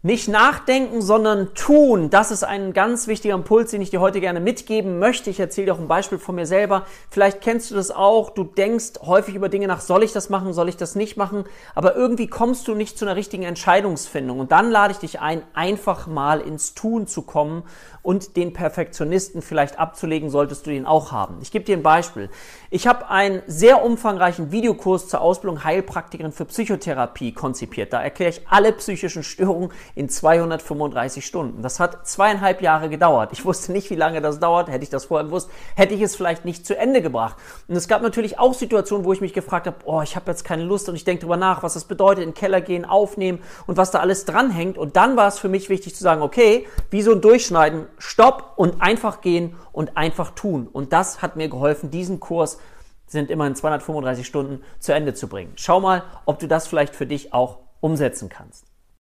Nicht nachdenken, sondern tun. Das ist ein ganz wichtiger Impuls, den ich dir heute gerne mitgeben möchte. Ich erzähle dir auch ein Beispiel von mir selber. Vielleicht kennst du das auch. Du denkst häufig über Dinge nach, soll ich das machen, soll ich das nicht machen? Aber irgendwie kommst du nicht zu einer richtigen Entscheidungsfindung. Und dann lade ich dich ein, einfach mal ins Tun zu kommen und den Perfektionisten vielleicht abzulegen, solltest du den auch haben. Ich gebe dir ein Beispiel. Ich habe einen sehr umfangreichen Videokurs zur Ausbildung Heilpraktikerin für Psychotherapie konzipiert. Da erkläre ich alle psychischen Störungen in 235 Stunden. Das hat 2,5 Jahre gedauert. Ich wusste nicht, wie lange das dauert. Hätte ich das vorher gewusst, hätte ich es vielleicht nicht zu Ende gebracht. Und es gab natürlich auch Situationen, wo ich mich gefragt habe, ich habe jetzt keine Lust und ich denke darüber nach, was das bedeutet, in den Keller gehen, aufnehmen und was da alles dranhängt. Und dann war es für mich wichtig zu sagen, okay, wie so ein Durchschneiden, stopp und einfach gehen und einfach tun. Und das hat mir geholfen, diesen Kurs sind immerhin 235 Stunden zu Ende zu bringen. Schau mal, ob du das vielleicht für dich auch umsetzen kannst.